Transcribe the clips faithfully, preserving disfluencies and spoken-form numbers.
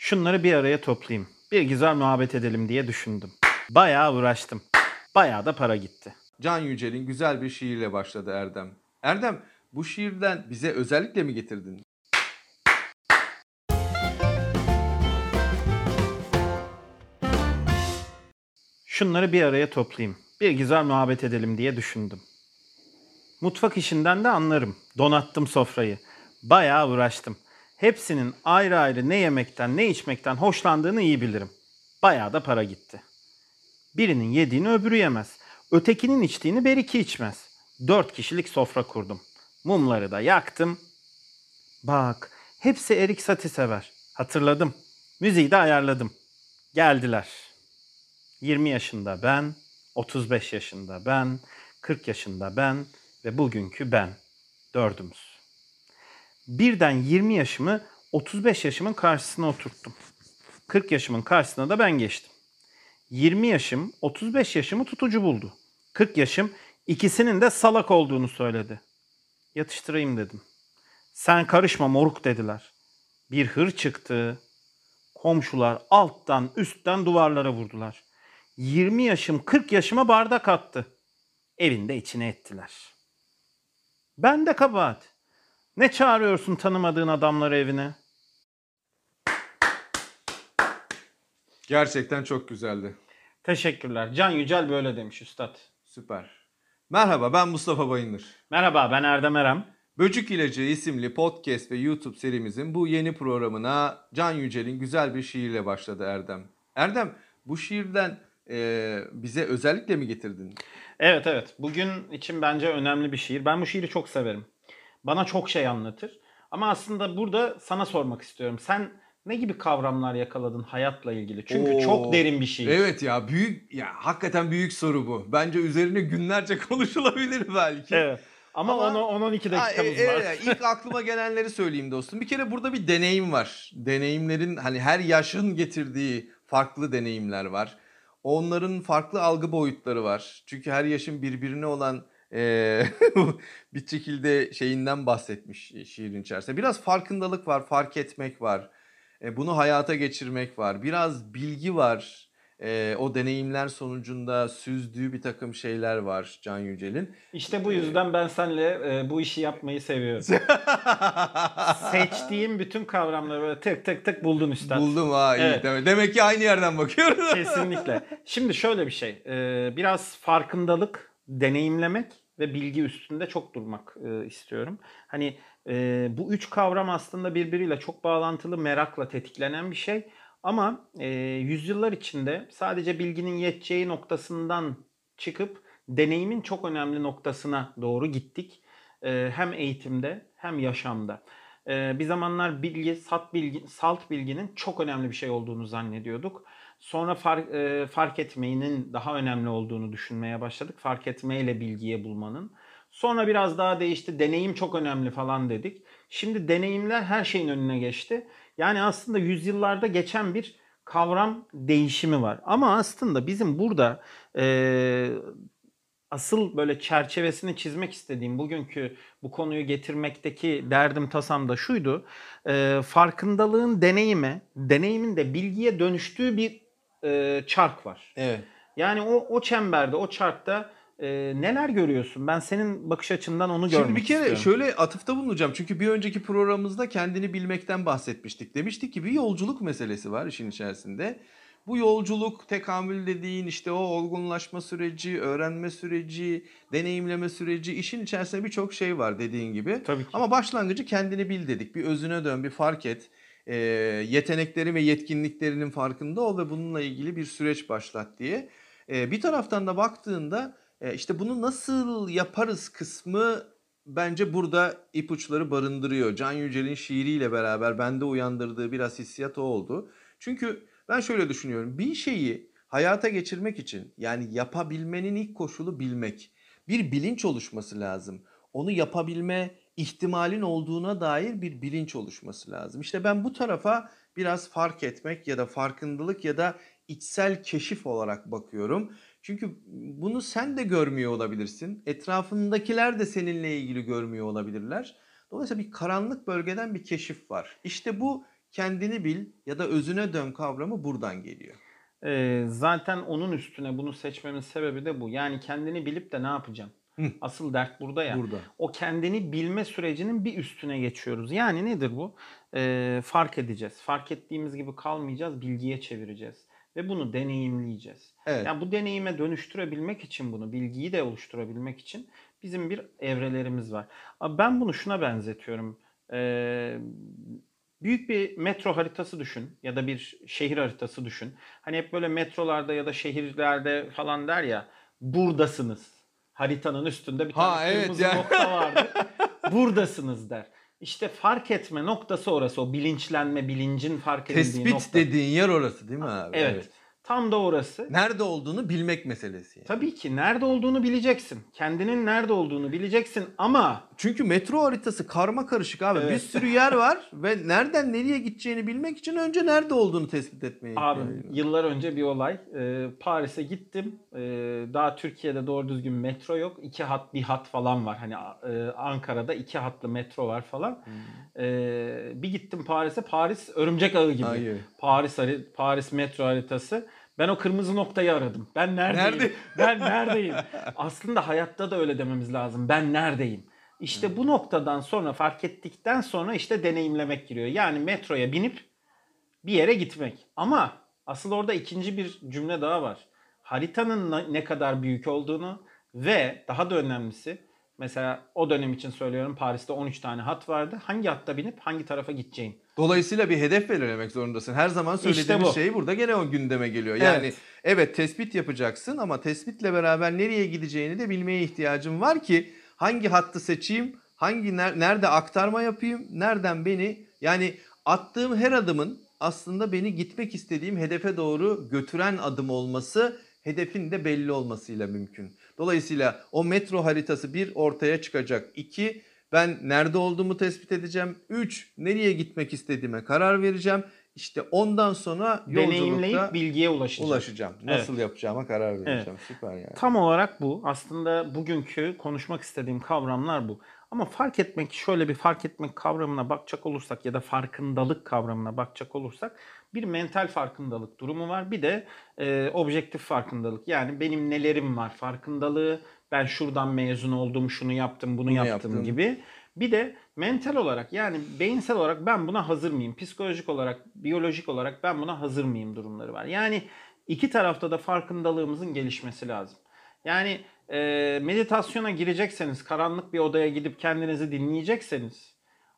Şunları bir araya toplayayım. Bir güzel muhabbet edelim diye düşündüm. Bayağı uğraştım. Bayağı da para gitti. Can Yücel'in güzel bir şiirle başladı Erdem. Erdem, bu şiirden bize özellikle mi getirdin? Şunları bir araya toplayayım. Bir güzel muhabbet edelim diye düşündüm. Mutfak işinden de anlarım. Donattım sofrayı. Bayağı uğraştım. Hepsinin ayrı ayrı ne yemekten ne içmekten hoşlandığını iyi bilirim. Bayağı da para gitti. Birinin yediğini öbürü yemez. Ötekinin içtiğini beriki içmez. Dört kişilik sofra kurdum. Mumları da yaktım. Bak, hepsi Erik Satie sever. Hatırladım. Müziği de ayarladım. Geldiler. yirmi yaşında ben, otuz beş yaşında ben, kırk yaşında ben ve bugünkü ben. Dördümüz. Birden yirmi yaşımı otuz beş yaşımın karşısına oturttum. kırk yaşımın karşısına da ben geçtim. yirmi yaşım otuz beş yaşımı tutucu buldu. kırk yaşım ikisinin de salak olduğunu söyledi. Yatıştırayım dedim. Sen karışma moruk dediler. Bir hır çıktı. Komşular alttan üstten duvarlara vurdular. yirmi yaşım kırk yaşıma bardak attı. Evinde içine ettiler. Ben de kabahat. Ne çağırıyorsun tanımadığın adamları evine? Gerçekten çok güzeldi. Teşekkürler. Can Yücel böyle demiş üstad. Süper. Merhaba, ben Mustafa Bayındır. Merhaba, ben Erdem Erem. Böcük İlacı isimli podcast ve YouTube serimizin bu yeni programına Can Yücel'in güzel bir şiirle başladı Erdem. Erdem, bu şiirden e, bize özellikle mi getirdin? Evet evet. Bugün için bence önemli bir şiir. Ben bu şiiri çok severim. Bana çok şey anlatır. Ama aslında burada sana sormak istiyorum. Sen ne gibi kavramlar yakaladın hayatla ilgili? Çünkü Oo, çok derin bir şiir. Evet ya, büyük ya hakikaten büyük soru bu. Bence üzerine günlerce konuşulabilir belki. Evet. Ama, Ama- on on iki Ha, dakikamız e, var. evet, ilk aklıma gelenleri söyleyeyim dostum. Bir kere burada bir deneyim var. Deneyimlerin hani her yaşın getirdiği farklı deneyimler var. Onların farklı algı boyutları var. Çünkü her yaşın birbirine olan e, bir şekilde şeyinden bahsetmiş şiirin içerisinde. Biraz farkındalık var, fark etmek var. E, bunu hayata geçirmek var. Biraz bilgi var. E, o deneyimler sonucunda süzdüğü bir takım şeyler var Can Yücel'in. İşte bu yüzden ben seninle e, bu işi yapmayı seviyorum. Seçtiğim bütün kavramları böyle tık tık tık buldun üstad. Buldum ha iyi. Evet. Demek, demek ki aynı yerden bakıyoruz. Kesinlikle. Şimdi şöyle bir şey. e, Biraz farkındalık, deneyimlemek ve bilgi üstünde çok durmak e, istiyorum. Hani e, bu üç kavram aslında birbiriyle çok bağlantılı, merakla tetiklenen bir şey. Ama e, yüzyıllar içinde sadece bilginin yeteceği noktasından çıkıp deneyimin çok önemli noktasına doğru gittik. E, hem eğitimde hem yaşamda. E, bir zamanlar bilgi, salt bilgi, salt bilginin çok önemli bir şey olduğunu zannediyorduk. Sonra fark, e, fark etmenin daha önemli olduğunu düşünmeye başladık. Fark etmeyle bilgiye bulmanın. Sonra biraz daha değişti. Deneyim çok önemli falan dedik. Şimdi deneyimler her şeyin önüne geçti. Yani aslında yüzyıllarda geçen bir kavram değişimi var. Ama aslında bizim burada e, asıl böyle çerçevesini çizmek istediğim bugünkü bu konuyu getirmekteki derdim tasam da şuydu. E, farkındalığın deneyime, deneyimin de bilgiye dönüştüğü bir e, çark var. Evet. Yani o o çemberde, o çarkta e, neler görüyorsun? Ben senin bakış açından onu görmek Şimdi bir kere istiyorum. şöyle atıfta bulunacağım. Çünkü bir önceki programımızda kendini bilmekten bahsetmiştik. Demiştik ki bir yolculuk meselesi var işin içerisinde. Bu yolculuk, tekamül dediğin işte o olgunlaşma süreci, öğrenme süreci, deneyimleme süreci, işin içerisinde birçok şey var dediğin gibi. Tabii ki. Ama başlangıcı kendini bil dedik. Bir özüne dön, bir fark et. Ee, yetenekleri ve yetkinliklerinin farkında ol ve bununla ilgili bir süreç başlat diye. Ee, bir taraftan da baktığında e, işte bunu nasıl yaparız kısmı bence burada ipuçları barındırıyor. Can Yücel'in şiiriyle beraber bende uyandırdığı biraz hissiyat o oldu. Çünkü ben şöyle düşünüyorum. Bir şeyi hayata geçirmek için yani yapabilmenin ilk koşulu bilmek. Bir bilinç oluşması lazım. Onu yapabilme ihtimalin olduğuna dair bir bilinç oluşması lazım. İşte ben bu tarafa biraz fark etmek ya da farkındalık ya da içsel keşif olarak bakıyorum. Çünkü bunu sen de görmüyor olabilirsin. Etrafındakiler de seninle ilgili görmüyor olabilirler. Dolayısıyla bir karanlık bölgeden bir keşif var. İşte bu kendini bil ya da özüne dön kavramı buradan geliyor. Ee, zaten onun üstüne bunu seçmemin sebebi de bu. Yani kendini bilip de ne yapacağım? Hı. Asıl dert burada ya. Burada. O kendini bilme sürecinin bir üstüne geçiyoruz. Yani nedir bu? Ee, fark edeceğiz. Fark ettiğimiz gibi kalmayacağız, bilgiye çevireceğiz. Ve bunu deneyimleyeceğiz. Evet. Yani bu deneyime dönüştürebilmek için bunu, bilgiyi de oluşturabilmek için bizim bir evrelerimiz var. Abi ben bunu şuna benzetiyorum. Ee, büyük bir metro haritası düşün ya da bir şehir haritası düşün. Hani hep böyle metrolarda ya da şehirlerde falan der ya, buradasınız. Haritanın üstünde bir tane Ha, evet kırmızı ya. nokta vardı. Buradasınız der. İşte fark etme noktası orası. O bilinçlenme, bilincin fark edildiği Tespit nokta. dediğin yer orası değil mi abi? Evet. Tam da orası. Nerede olduğunu bilmek meselesi. Yani. Tabii ki nerede olduğunu bileceksin. Kendinin nerede olduğunu bileceksin ama Çünkü metro haritası karma karışık abi. Evet. Bir sürü yer var ve nereden nereye gideceğini bilmek için önce nerede olduğunu tespit etmeye abi ihtiyacın var. yıllar önce bir olay. Ee, Paris'e gittim. Ee, daha Türkiye'de doğru düzgün metro yok. İki hat bir hat falan var. Hani e, Ankara'da iki hatlı metro var falan. Ee, bir gittim Paris'e. Paris örümcek ağı gibi. Hayır. Paris hari- Paris metro haritası. Ben o kırmızı noktayı aradım. Ben neredeyim? Nerede? Ben neredeyim? Aslında hayatta da öyle dememiz lazım. Ben neredeyim? İşte bu noktadan sonra fark ettikten sonra işte deneyimlemek giriyor. Yani metroya binip bir yere gitmek. Ama asıl orada ikinci bir cümle daha var. Haritanın ne kadar büyük olduğunu ve daha da önemlisi, mesela o dönem için söylüyorum, Paris'te on üç tane hat vardı. Hangi hatta binip hangi tarafa gideceğim? Dolayısıyla bir hedef belirlemek zorundasın. Her zaman söylediğimiz İşte bu. şey burada gene o gündeme geliyor. Yani evet. Evet. tespit yapacaksın ama tespitle beraber nereye gideceğini de bilmeye ihtiyacın var ki hangi hattı seçeyim, hangi nerede aktarma yapayım, nereden beni, yani attığım her adımın aslında beni gitmek istediğim hedefe doğru götüren adım olması, hedefin de belli olmasıyla mümkün. Dolayısıyla o metro haritası bir ortaya çıkacak. İki, ben nerede olduğumu tespit edeceğim. Üç, nereye gitmek istediğime karar vereceğim. İşte ondan sonra Deneyimleyip yolculukta bilgiye ulaşacağım. ulaşacağım. Nasıl Evet. yapacağıma karar vereceğim. Evet. Süper yani. Tam olarak bu. Aslında bugünkü konuşmak istediğim kavramlar bu. Ama fark etmek, şöyle bir fark etmek kavramına bakacak olursak ya da farkındalık kavramına bakacak olursak, bir mental farkındalık durumu var. Bir de e, objektif farkındalık. Yani benim nelerim var farkındalığı. Ben şuradan mezun oldum, şunu yaptım, bunu, Bunu yaptım, yaptım. gibi. Bir de mental olarak, yani beyinsel olarak ben buna hazır mıyım? Psikolojik olarak, biyolojik olarak ben buna hazır mıyım durumları var. Yani iki tarafta da farkındalığımızın gelişmesi lazım. Yani e, meditasyona girecekseniz, karanlık bir odaya gidip kendinizi dinleyecekseniz,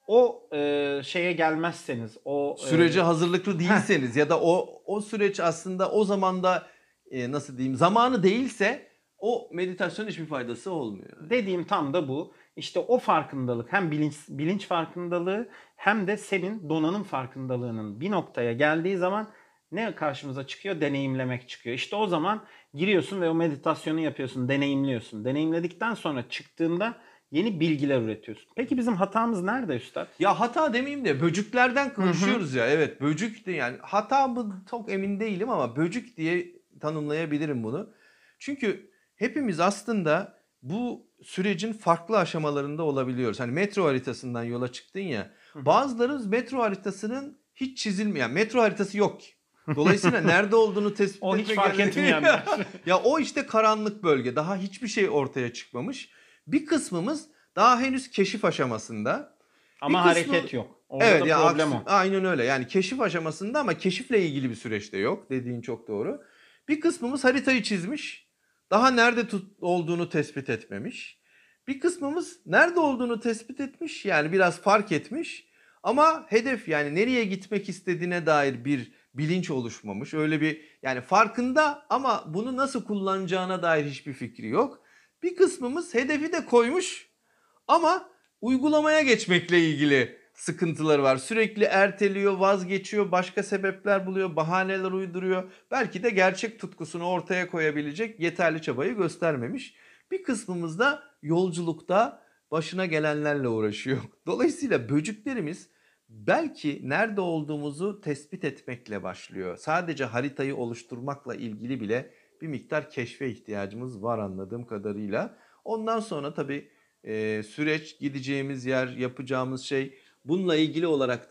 o e, şeye gelmezseniz, o e, Sürece hazırlıklı değilseniz ya da o o süreç aslında o zamanda e, nasıl diyeyim, zamanı değilse o meditasyonun hiçbir faydası olmuyor. dediğim tam da bu. İşte o farkındalık, hem bilinç, bilinç farkındalığı hem de senin donanım farkındalığının bir noktaya geldiği zaman ne karşımıza çıkıyor? Deneyimlemek çıkıyor. İşte o zaman giriyorsun ve o meditasyonu yapıyorsun, deneyimliyorsun. Deneyimledikten sonra çıktığında yeni bilgiler üretiyorsun. Peki bizim hatamız nerede üstad? Ya hata demeyeyim de böcüklerden konuşuyoruz ya. Evet, böcük de, yani hata mı çok emin değilim ama böcük diye tanımlayabilirim bunu. Çünkü hepimiz aslında bu sürecin farklı aşamalarında olabiliyoruz. Hani metro haritasından yola çıktın ya. Bazıları metro haritasının hiç çizilmeyen, metro haritası yok ki. Dolayısıyla nerede olduğunu tespit O hiç etmek fark etmeyenler. ya o işte karanlık bölge. Daha hiçbir şey ortaya çıkmamış. Bir kısmımız daha henüz keşif aşamasında. Ama Bir kısmı- hareket yok. Orada Evet da ya, problem aksi- o. aynen öyle. Yani keşif aşamasında ama keşifle ilgili bir süreçte yok. Dediğin çok doğru. Bir kısmımız haritayı çizmiş. Daha nerede tut- olduğunu tespit etmemiş. Bir kısmımız nerede olduğunu tespit etmiş. Yani biraz fark etmiş. Ama hedef, yani nereye gitmek istediğine dair bir bilinç oluşmamış. Öyle bir, yani farkında ama bunu nasıl kullanacağına dair hiçbir fikri yok. Bir kısmımız hedefi de koymuş ama uygulamaya geçmekle ilgili sıkıntıları var. Sürekli erteliyor, vazgeçiyor, başka sebepler buluyor, bahaneler uyduruyor. Belki de gerçek tutkusunu ortaya koyabilecek yeterli çabayı göstermemiş. Bir kısmımız da yolculukta başına gelenlerle uğraşıyor. Dolayısıyla böcüklerimiz belki nerede olduğumuzu tespit etmekle başlıyor. Sadece haritayı oluşturmakla ilgili bile bir miktar keşfe ihtiyacımız var anladığım kadarıyla. Ondan sonra tabii e, süreç, gideceğimiz yer, yapacağımız şey, bununla ilgili olarak da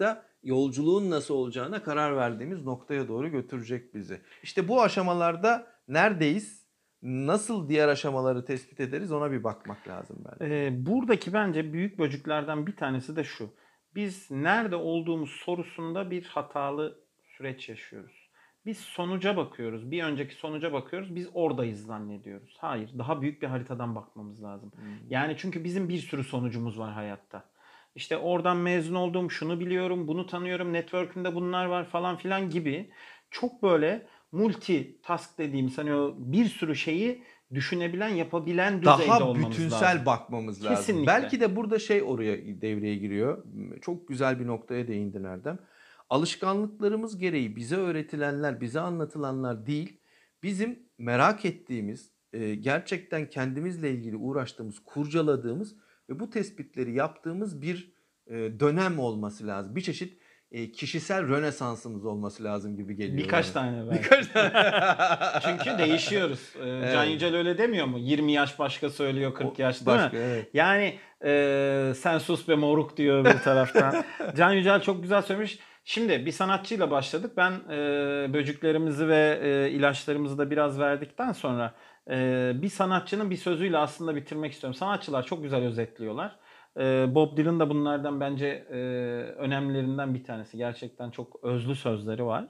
yolculuğun nasıl olacağına karar verdiğimiz noktaya doğru götürecek bizi. İşte bu aşamalarda neredeyiz? Nasıl diğer aşamaları tespit ederiz ona bir bakmak lazım bence. Ee, buradaki bence büyük böcüklerden bir tanesi de şu. Biz nerede olduğumuz sorusunda bir hatalı süreç yaşıyoruz. Biz sonuca bakıyoruz. Bir önceki sonuca bakıyoruz. Biz oradayız zannediyoruz. Hayır, daha büyük bir haritadan bakmamız lazım. Hmm. Yani çünkü bizim bir sürü sonucumuz var hayatta. İşte oradan mezun oldum, şunu biliyorum, bunu tanıyorum, network'ümde bunlar var falan filan gibi çok böyle multitask dediğimiz hani o bir sürü şeyi düşünebilen, yapabilen düzeyde Daha olmamız bütünsel lazım. bakmamız lazım. Kesinlikle. Belki de burada şey oraya devreye giriyor. Çok güzel bir noktaya değindin Erdem. Alışkanlıklarımız gereği bize öğretilenler, bize anlatılanlar değil, bizim merak ettiğimiz, e, gerçekten kendimizle ilgili uğraştığımız, kurcaladığımız ve bu tespitleri yaptığımız bir e, dönem olması lazım. Bir çeşit e, kişisel rönesansımız olması lazım gibi geliyor. Birkaç bana. tane belki. Birkaç tane. Çünkü değişiyoruz. Ee, Evet. Can Yücel öyle demiyor mu? yirmi yaş başka söylüyor, kırk O- yaş değil başka, mi? evet. Yani e, sen sus be moruk diyor bir taraftan. Can Yücel çok güzel söylemiş. Şimdi bir sanatçıyla başladık. Ben e, böcüklerimizi ve e, ilaçlarımızı da biraz verdikten sonra e, bir sanatçının bir sözüyle aslında bitirmek istiyorum. Sanatçılar çok güzel özetliyorlar. E, Bob Dylan da bunlardan bence e, önemlilerinden bir tanesi. Gerçekten çok özlü sözleri var.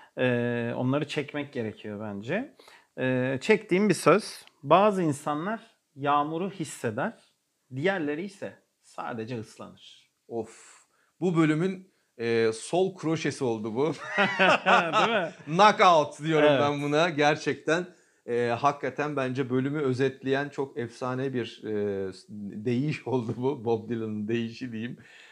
E, onları çekmek gerekiyor bence. E, çektiğim bir söz. Bazı insanlar yağmuru hisseder, diğerleri ise sadece ıslanır. Of. Bu bölümün e, sol kroşesi oldu bu. Değil mi? Knockout diyorum Evet. ben buna. Gerçekten e, hakikaten bence bölümü özetleyen çok efsane bir e, deyiş oldu bu. Bob Dylan'ın deyişi diyeyim.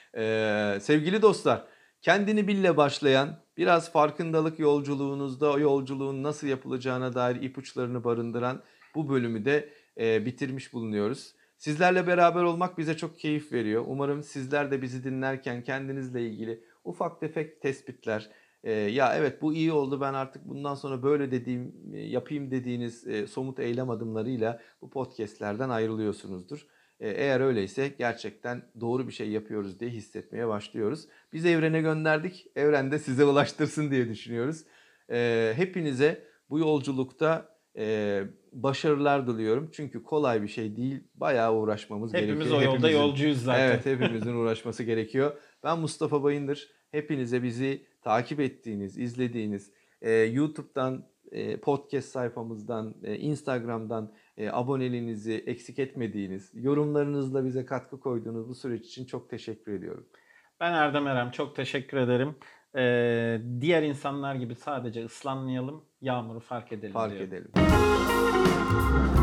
E, sevgili dostlar, kendini bille başlayan, biraz farkındalık yolculuğunuzda o yolculuğun nasıl yapılacağına dair ipuçlarını barındıran bu bölümü de e, bitirmiş bulunuyoruz. Sizlerle beraber olmak bize çok keyif veriyor. Umarım sizler de bizi dinlerken kendinizle ilgili ufak tefek tespitler, e, ya evet bu iyi oldu ben artık bundan sonra böyle dediğim, e, yapayım dediğiniz e, somut eylem adımlarıyla bu podcastlerden ayrılıyorsunuzdur. E, eğer öyleyse gerçekten doğru bir şey yapıyoruz diye hissetmeye başlıyoruz. Biz evrene gönderdik, evren de size ulaştırsın diye düşünüyoruz. E, hepinize bu yolculukta e, başarılar diliyorum. Çünkü kolay bir şey değil. Bayağı uğraşmamız Hepimiz gerekiyor. o yolda Hepimizin- yolcuyuz zaten. Evet, hepimizin uğraşması gerekiyor. Ben Mustafa Bayındır. Hepinize bizi takip ettiğiniz, izlediğiniz, e, YouTube'dan, e, podcast sayfamızdan, e, Instagram'dan e, aboneliğinizi eksik etmediğiniz, yorumlarınızla bize katkı koyduğunuz bu süreç için çok teşekkür ediyorum. Ben Erdem Erem. Çok teşekkür ederim. Ee, diğer insanlar gibi sadece ıslanmayalım, yağmuru fark edelim Fark diyorum. edelim.